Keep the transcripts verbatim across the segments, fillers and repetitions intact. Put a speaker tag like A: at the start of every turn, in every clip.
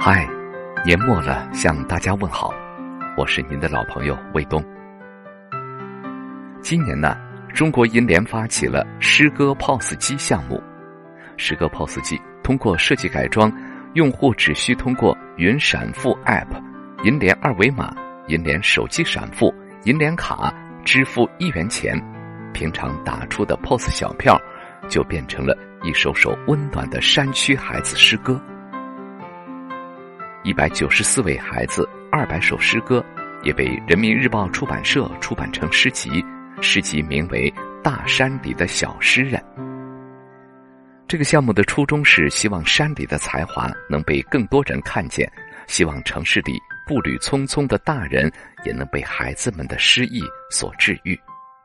A: 嗨，年末了，向大家问好，我是您的老朋友卫东。今年呢，中国银联发起了诗歌 P O S 机项目。诗歌 P O S 机通过设计改装，用户只需通过云闪付 App、银联二维码、银联手机闪付、银联卡支付一元钱，平常打出的 P O S 小票就变成了一首首温暖的山区孩子诗歌。一百九十四位孩子二百首诗歌也被人民日报出版社出版成诗集，诗集名为《大山里的小诗人》。这个项目的初衷是希望山里的才华能被更多人看见，希望城市里步履匆匆的大人也能被孩子们的诗意所治愈。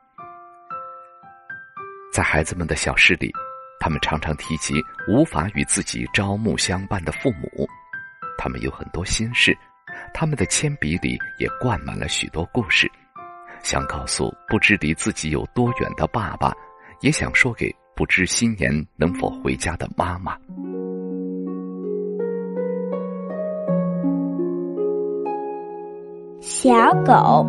A: 在孩子们的小诗里，他们常常提及无法与自己朝暮相伴的父母，他们有很多心事，他们的铅笔里也灌满了许多故事，想告诉不知离自己有多远的爸爸，也想说给不知新年能否回家的妈妈。
B: 小狗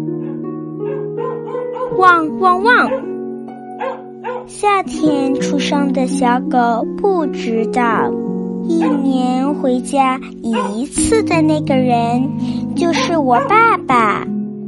B: 汪汪汪，夏天出生的小狗不知道，一年回家一次的那个人就是我爸爸。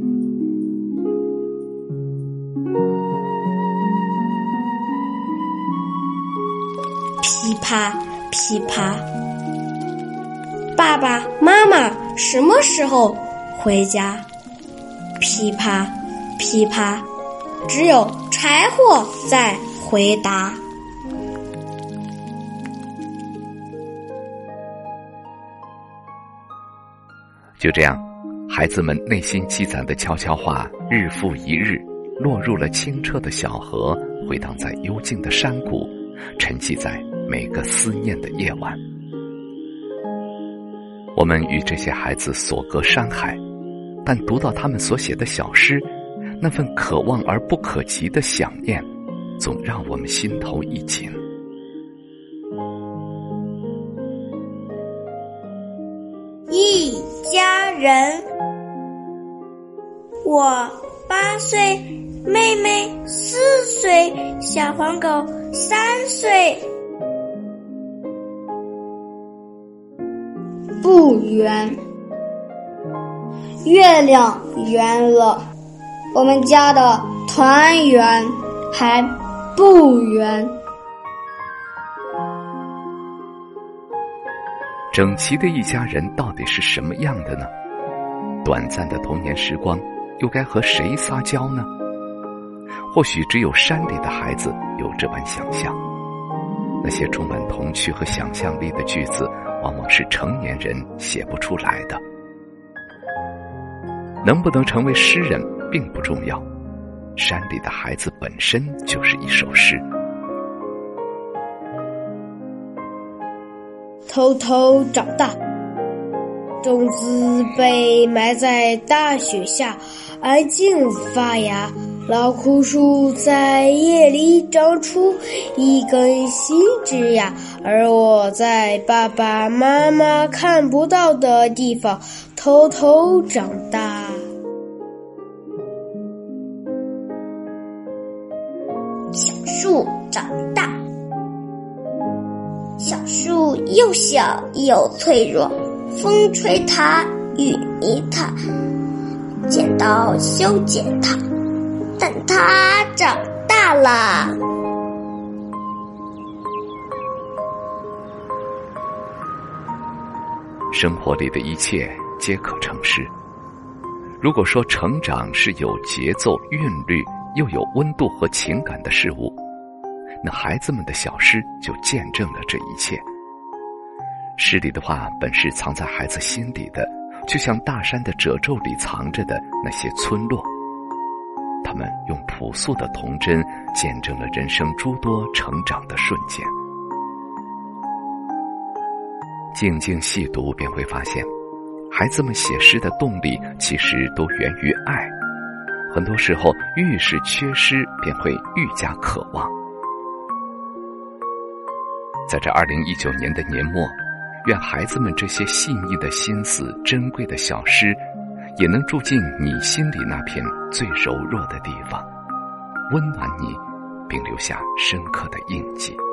C: 噼啪噼啪，爸爸妈妈什么时候回家？噼啪噼啪，只有柴火在回答。
A: 就这样，孩子们内心积攒的悄悄话日复一日落入了清澈的小河，回荡在幽静的山谷，沉寂在每个思念的夜晚。我们与这些孩子所隔山海，但读到他们所写的小诗，那份可望而不可及的想念，总让我们心头一紧。
C: 一家人，我八岁，妹妹四岁，小黄狗三岁。不圆，月亮圆了，我们家的团圆还不圆。
A: 整齐的一家人到底是什么样的呢？短暂的童年时光又该和谁撒娇呢？或许只有山里的孩子有这般想象，那些充满童趣和想象力的句子往往是成年人写不出来的。能不能成为诗人并不重要，山里的孩子本身就是一首诗。
C: 偷偷长大，种子被埋在大雪下，安静发芽。老枯树在夜里长出一根新枝桠，而我在爸爸妈妈看不到的地方偷偷长大。小树长大，小树又小又脆弱，风吹它，雨泥它，剪刀修剪它，但它长大了。
A: 生活里的一切皆可成诗。如果说成长是有节奏、韵律，又有温度和情感的事物，那孩子们的小诗就见证了这一切。诗里的话本是藏在孩子心里的，就像大山的褶皱里藏着的那些村落，他们用朴素的童真见证了人生诸多成长的瞬间。静静细读便会发现，孩子们写诗的动力其实都源于爱，很多时候愈是缺失便会愈加渴望。在这二零一九年的年末， 愿孩子们这些细腻的心思、珍贵的小诗，也能住进你心里那片最柔弱的地方，温暖你，并留下深刻的印记。